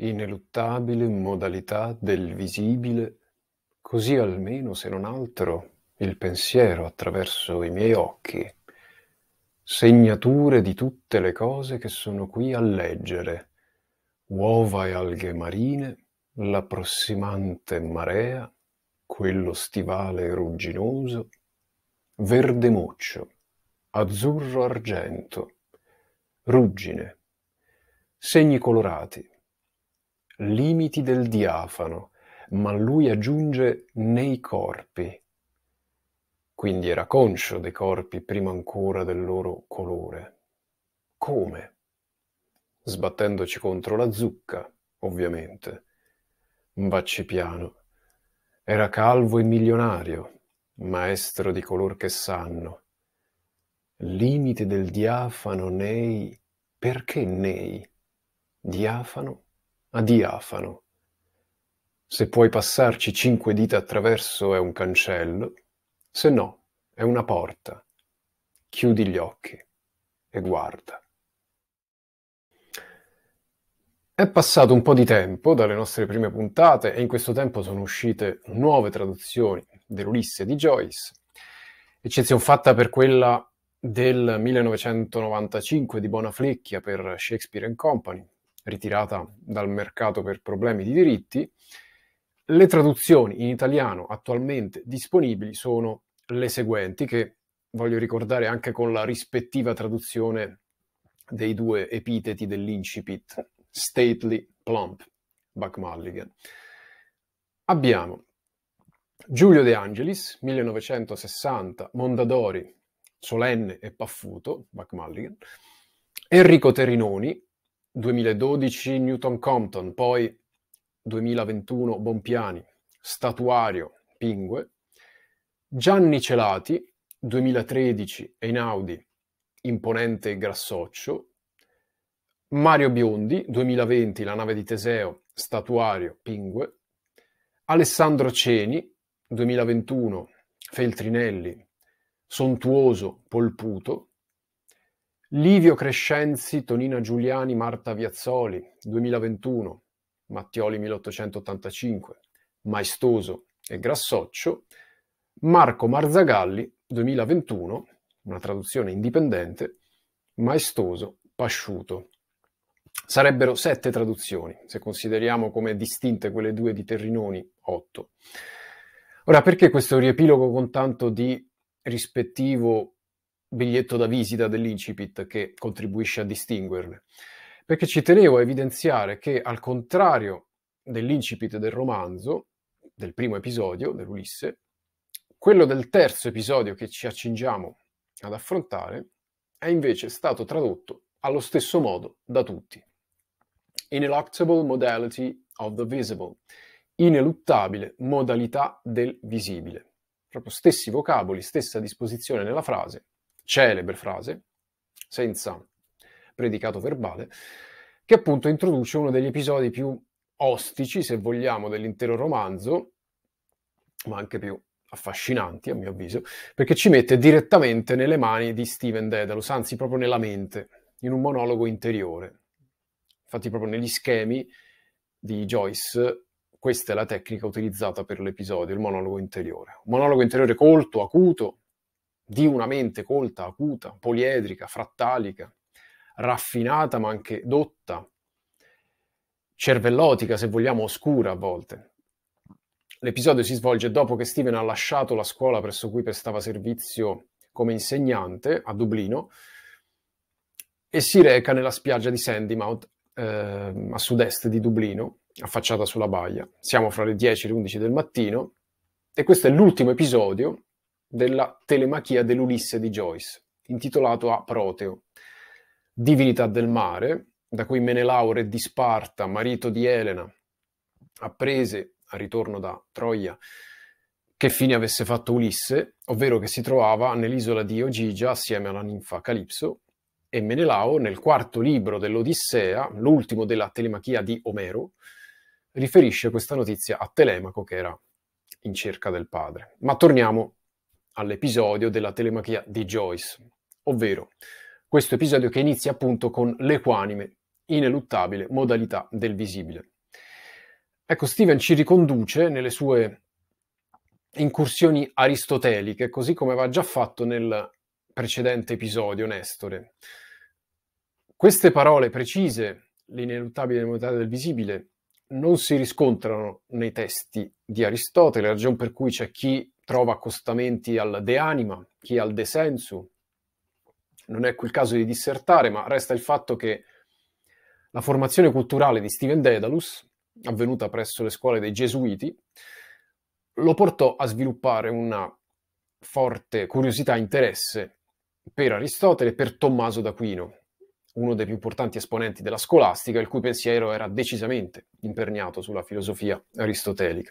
Ineluttabile modalità del visibile, così almeno, se non altro, il pensiero attraverso i miei occhi, segnature di tutte le cose che sono qui a leggere, uova e alghe marine, l'approssimante marea, quello stivale rugginoso, verde moccio, azzurro argento, ruggine, segni colorati, limiti del diafano, ma lui aggiunge nei corpi. Quindi era conscio dei corpi prima ancora del loro colore. Come? Sbattendoci contro la zucca, ovviamente. Vacci piano. Era calvo e milionario, maestro di color che sanno. Limite del diafano nei... Perché nei? Diafano a diafano. Se puoi passarci 5 dita attraverso è un cancello, se no è una porta. Chiudi gli occhi e guarda. È passato un po' di tempo dalle nostre prime puntate e in questo tempo sono uscite nuove traduzioni dell'Ulisse di Joyce, eccezione fatta per quella del 1995 di Bonaflecchia per Shakespeare and Company, ritirata dal mercato per problemi di diritti. Le traduzioni in italiano attualmente disponibili sono le seguenti, che voglio ricordare anche con la rispettiva traduzione dei due epiteti dell'incipit, stately, plump, Buck Mulligan. Abbiamo Giulio De Angelis, 1960, Mondadori, solenne e paffuto, Buck Mulligan. Enrico Terrinoni, 2012, Newton Compton, poi 2021, Bompiani, Statuario, Pingue. Gianni Celati, 2013, Einaudi, Imponente e Grassoccio. Mario Biondi, 2020, La nave di Teseo, Statuario, Pingue. Alessandro Ceni, 2021, Feltrinelli, Sontuoso, Polputo. Livio Crescenzi, Tonina Giuliani, Marta Viazzoli, 2021, Mattioli 1885, Maestoso e Grassoccio. Marco Marzagalli, 2021, una traduzione indipendente, Maestoso, Pasciuto. Sarebbero 7 traduzioni, se consideriamo come distinte quelle 2 di Terrinoni, 8. Ora, perché questo riepilogo con tanto di rispettivo biglietto da visita dell'incipit che contribuisce a distinguerle? Perché ci tenevo a evidenziare che, al contrario dell'incipit del romanzo, del primo episodio dell'Ulisse, quello del terzo episodio che ci accingiamo ad affrontare è invece stato tradotto allo stesso modo da tutti. Ineluctable modality of the visible. Ineluttabile modalità del visibile. Proprio stessi vocaboli, stessa disposizione nella frase, celebre frase, senza predicato verbale, che appunto introduce uno degli episodi più ostici, se vogliamo, dell'intero romanzo, ma anche più affascinanti, a mio avviso, perché ci mette direttamente nelle mani di Stephen Dedalus, anzi proprio nella mente, in un monologo interiore. Infatti proprio negli schemi di Joyce questa è la tecnica utilizzata per l'episodio, il monologo interiore. Un monologo interiore colto, acuto, di una mente colta, acuta, poliedrica, frattalica, raffinata ma anche dotta, cervellotica, se vogliamo, oscura a volte. L'episodio si svolge dopo che Steven ha lasciato la scuola presso cui prestava servizio come insegnante a Dublino e si reca nella spiaggia di Sandymount, a sud-est di Dublino, affacciata sulla baia. Siamo fra le 10 e le 11 del mattino e questo è l'ultimo episodio della telemachia dell'Ulisse di Joyce, intitolato a Proteo, divinità del mare, da cui Menelao, re di Sparta, marito di Elena, apprese al ritorno da Troia che fine avesse fatto Ulisse, ovvero che si trovava nell'isola di Ogygia assieme alla ninfa Calipso, e Menelao, nel quarto libro dell'Odissea, l'ultimo della telemachia di Omero, riferisce questa notizia a Telemaco che era in cerca del padre. Ma torniamo all'episodio della telemachia di Joyce, ovvero questo episodio che inizia appunto con l'equanime, ineluttabile modalità del visibile. Ecco, Steven ci riconduce nelle sue incursioni aristoteliche, così come aveva già fatto nel precedente episodio, Nestore. Queste parole precise, l'ineluttabile immutabilità del visibile, non si riscontrano nei testi di Aristotele, ragion per cui c'è chi trova accostamenti al de anima, chi al de sensu. Non è qui il caso di dissertare, ma resta il fatto che la formazione culturale di Steven Dedalus, avvenuta presso le scuole dei Gesuiti, lo portò a sviluppare una forte curiosità e interesse per Aristotele e per Tommaso d'Aquino, uno dei più importanti esponenti della scolastica, il cui pensiero era decisamente imperniato sulla filosofia aristotelica.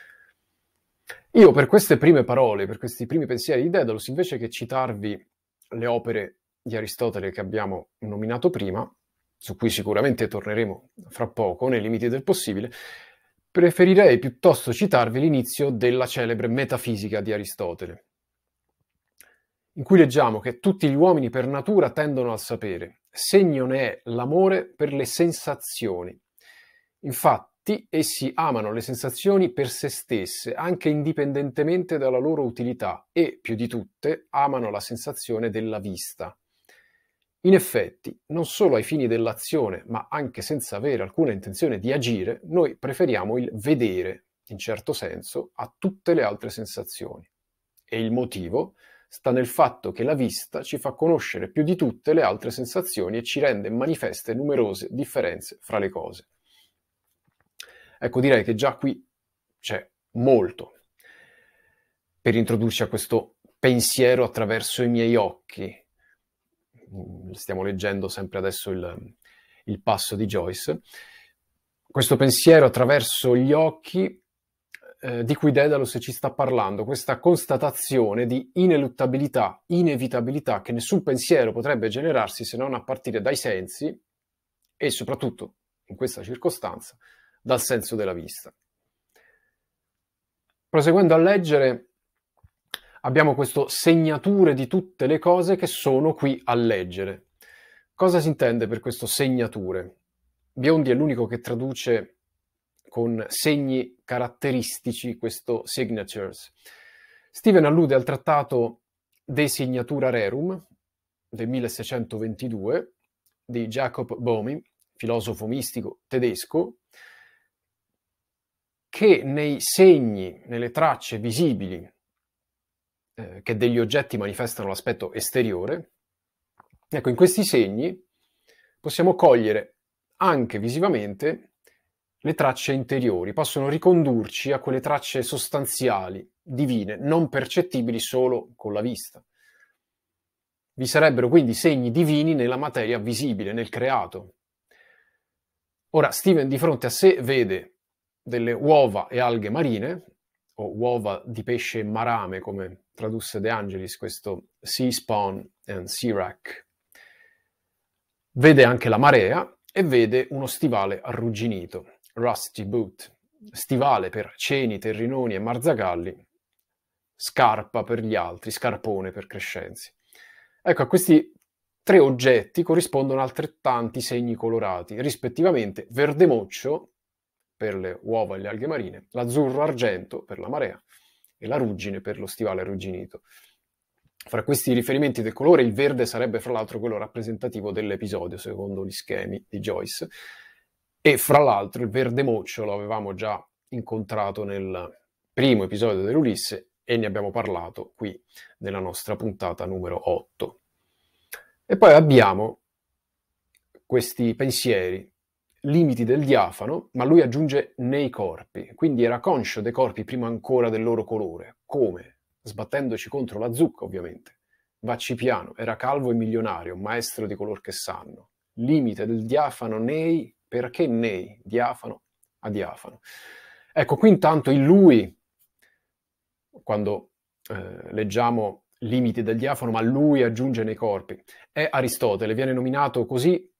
Io per queste prime parole, per questi primi pensieri di Dedalus, invece che citarvi le opere di Aristotele che abbiamo nominato prima, su cui sicuramente torneremo fra poco, nei limiti del possibile, preferirei piuttosto citarvi l'inizio della celebre Metafisica di Aristotele, in cui leggiamo che tutti gli uomini per natura tendono al sapere, segno ne è l'amore per le sensazioni. Infatti, essi amano le sensazioni per se stesse, anche indipendentemente dalla loro utilità, e, più di tutte, amano la sensazione della vista. In effetti, non solo ai fini dell'azione, ma anche senza avere alcuna intenzione di agire, noi preferiamo il vedere, in certo senso, a tutte le altre sensazioni. E il motivo sta nel fatto che la vista ci fa conoscere più di tutte le altre sensazioni e ci rende manifeste numerose differenze fra le cose. Ecco, direi che già qui c'è molto per introdurci a questo pensiero attraverso i miei occhi. Stiamo leggendo sempre adesso il passo di Joyce. Questo pensiero attraverso gli occhi di cui Dedalus ci sta parlando, questa constatazione di ineluttabilità, inevitabilità che nessun pensiero potrebbe generarsi se non a partire dai sensi e soprattutto, in questa circostanza, dal senso della vista. Proseguendo a leggere, abbiamo questo segnature di tutte le cose che sono qui a leggere. Cosa si intende per questo segnature? Biondi è l'unico che traduce con segni caratteristici questo signatures. Steven allude al trattato De Signatura Rerum del 1622 di Jacob Boehme, filosofo mistico tedesco, che nei segni, nelle tracce visibili che degli oggetti manifestano l'aspetto esteriore, ecco, in questi segni possiamo cogliere anche visivamente le tracce interiori, possono ricondurci a quelle tracce sostanziali, divine, non percettibili solo con la vista. Vi sarebbero quindi segni divini nella materia visibile, nel creato. Ora, Steven di fronte a sé vede delle uova e alghe marine, o uova di pesce marame, come tradusse De Angelis questo sea spawn and sea wrack. Vede anche la marea e vede uno stivale arrugginito, rusty boot, stivale per ceni, terrinoni e marzagalli, scarpa per gli altri, scarpone per Crescenzi. Ecco, a questi tre oggetti corrispondono altrettanti segni colorati, rispettivamente verde moccio per le uova e le alghe marine, l'azzurro argento per la marea e la ruggine per lo stivale arrugginito. Fra questi riferimenti del colore, il verde sarebbe fra l'altro quello rappresentativo dell'episodio, secondo gli schemi di Joyce, e fra l'altro il verde moccio lo avevamo già incontrato nel primo episodio dell'Ulisse e ne abbiamo parlato qui nella nostra puntata numero 8. E poi abbiamo questi pensieri, limiti del diafano, ma lui aggiunge nei corpi, quindi era conscio dei corpi prima ancora del loro colore. Come? Sbattendoci contro la zucca, ovviamente. Vacci piano, era calvo e milionario, maestro di color che sanno. Limite del diafano nei, perché nei, diafano a diafano. Ecco, qui intanto in lui, quando leggiamo limiti del diafano, ma lui aggiunge nei corpi, è Aristotele, viene nominato così,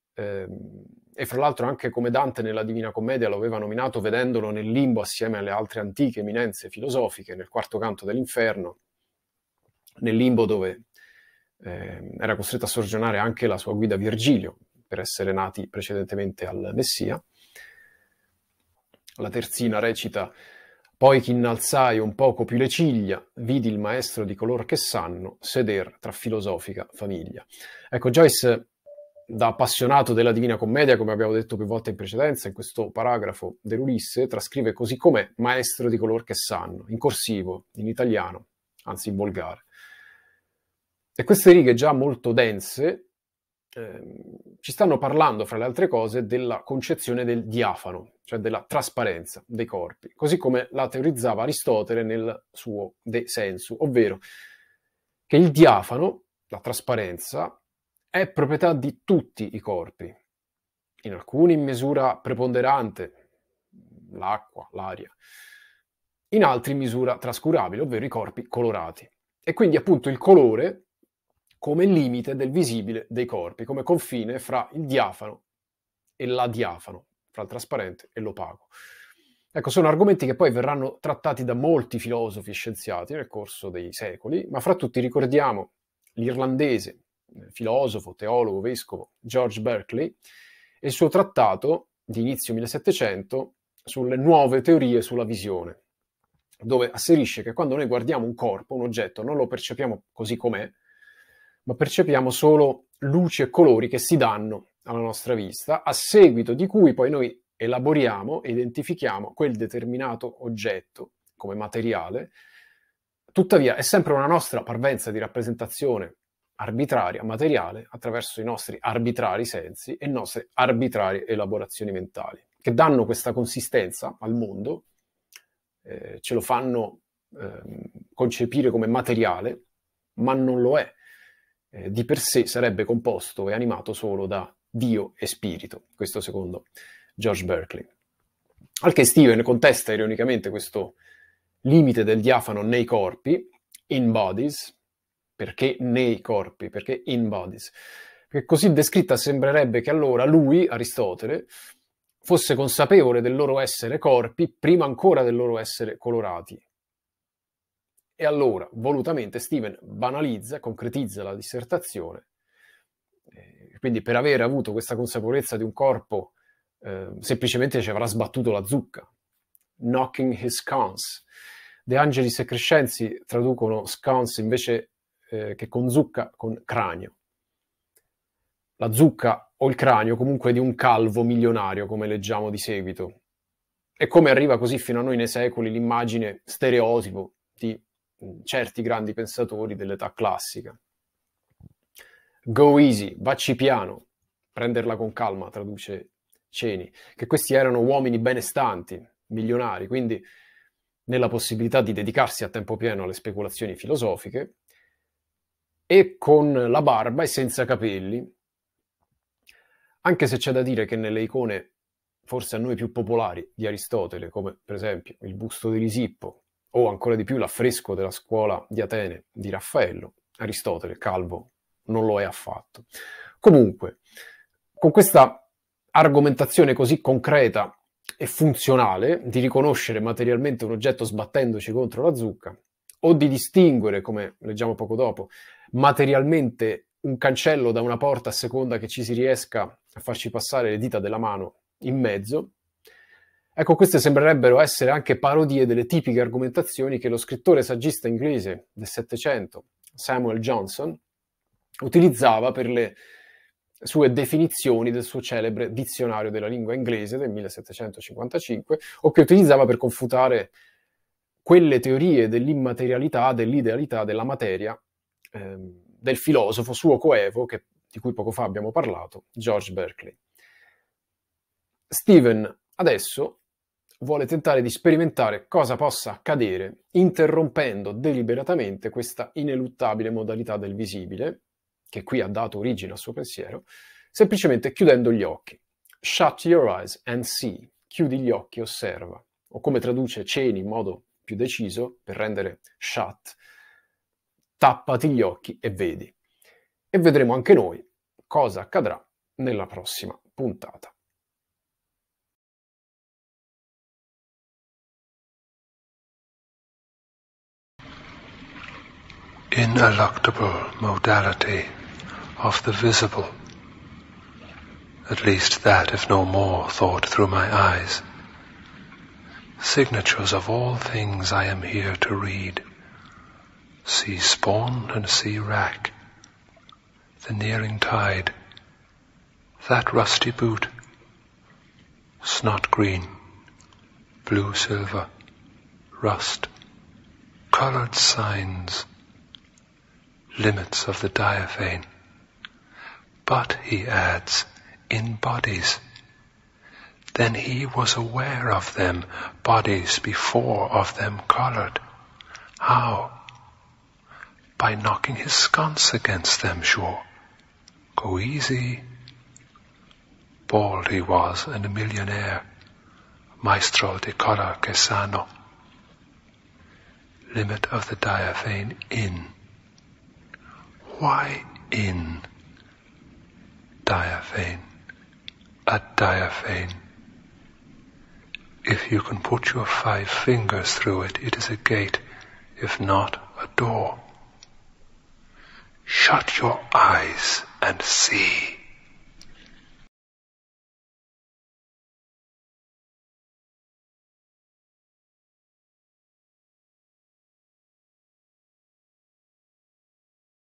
e fra l'altro anche come Dante nella Divina Commedia lo aveva nominato vedendolo nel limbo assieme alle altre antiche eminenze filosofiche, nel quarto canto dell'inferno, nel limbo dove era costretto a soggiornare anche la sua guida Virgilio, per essere nati precedentemente al Messia. La terzina recita: poi che innalzai un poco più le ciglia, vidi il maestro di color che sanno seder tra filosofica famiglia. Ecco, Joyce, da appassionato della Divina Commedia, come abbiamo detto più volte in precedenza, in questo paragrafo dell'Ulisse trascrive così com'è maestro di color che sanno, in corsivo, in italiano, anzi in volgare. E queste righe già molto dense ci stanno parlando, fra le altre cose, della concezione del diafano, cioè della trasparenza dei corpi, così come la teorizzava Aristotele nel suo De Sensu, ovvero che il diafano, la trasparenza, è proprietà di tutti i corpi, in alcuni in misura preponderante, l'acqua, l'aria, in altri in misura trascurabile, ovvero i corpi colorati. E quindi appunto il colore come limite del visibile dei corpi, come confine fra il diafano e l'adiafano, fra il trasparente e l'opaco. Ecco, sono argomenti che poi verranno trattati da molti filosofi e scienziati nel corso dei secoli, ma fra tutti ricordiamo l'irlandese, filosofo, teologo, vescovo George Berkeley e il suo trattato di inizio 1700 sulle nuove teorie sulla visione, dove asserisce che quando noi guardiamo un corpo, un oggetto, non lo percepiamo così com'è, ma percepiamo solo luci e colori che si danno alla nostra vista, a seguito di cui poi noi elaboriamo e identifichiamo quel determinato oggetto come materiale. Tuttavia è sempre una nostra parvenza di rappresentazione arbitraria, materiale, attraverso i nostri arbitrari sensi e le nostre arbitrarie elaborazioni mentali, che danno questa consistenza al mondo, ce lo fanno concepire come materiale, ma non lo è. Di per sé sarebbe composto e animato solo da Dio e spirito, questo secondo George Berkeley. Al che Steven contesta ironicamente questo limite del diafano nei corpi, in bodies. Perché nei corpi? Perché in bodies? Perché così descritta sembrerebbe che allora lui, Aristotele, fosse consapevole del loro essere corpi prima ancora del loro essere colorati. E allora, volutamente, Steven banalizza, concretizza la dissertazione. Quindi per aver avuto questa consapevolezza di un corpo, semplicemente ci avrà sbattuto la zucca. Knocking his sconce. De Angelis e Crescenzi traducono sconce invece che con zucca, con cranio. La zucca o il cranio comunque di un calvo milionario, come leggiamo di seguito. E come arriva così fino a noi nei secoli l'immagine stereotipo di certi grandi pensatori dell'età classica. Go easy, vacci piano, prenderla con calma, traduce Ceni, che questi erano uomini benestanti, milionari, quindi nella possibilità di dedicarsi a tempo pieno alle speculazioni filosofiche, e con la barba e senza capelli, anche se c'è da dire che nelle icone forse a noi più popolari di Aristotele, come per esempio il busto di Lisippo, o ancora di più l'affresco della scuola di Atene di Raffaello, Aristotele, calvo, non lo è affatto. Comunque, con questa argomentazione così concreta e funzionale di riconoscere materialmente un oggetto sbattendoci contro la zucca, o di distinguere, come leggiamo poco dopo, materialmente un cancello da una porta a seconda che ci si riesca a farci passare le dita della mano in mezzo, ecco, queste sembrerebbero essere anche parodie delle tipiche argomentazioni che lo scrittore saggista inglese del Settecento, Samuel Johnson, utilizzava per le sue definizioni del suo celebre dizionario della lingua inglese del 1755, o che utilizzava per confutare quelle teorie dell'immaterialità, dell'idealità, della materia, del filosofo suo coevo, di cui poco fa abbiamo parlato, George Berkeley. Steven adesso vuole tentare di sperimentare cosa possa accadere interrompendo deliberatamente questa ineluttabile modalità del visibile, che qui ha dato origine al suo pensiero, semplicemente chiudendo gli occhi. Shut your eyes and see. Chiudi gli occhi e osserva. O come traduce Ceni in modo più deciso, per rendere shut, tappati gli occhi e vedi. E vedremo anche noi cosa accadrà nella prossima puntata. Ineluctable modality of the visible, at least that, if no more, thought through my eyes, signatures of all things I am here to read. Sea spawn and sea wrack, the nearing tide, that rusty boot, snot green, blue silver, rust, coloured signs, limits of the diaphane. But, he adds, in bodies. Then he was aware of them, bodies before of them coloured. How? By knocking his sconce against them, sure. Go easy. Bald he was, and a millionaire, maestro di color che sano. Limit of the diaphane, in. Why in? Diaphane. A diaphane. If you can put your 5 fingers through it, it is a gate. If not, a door. Shut your eyes and see.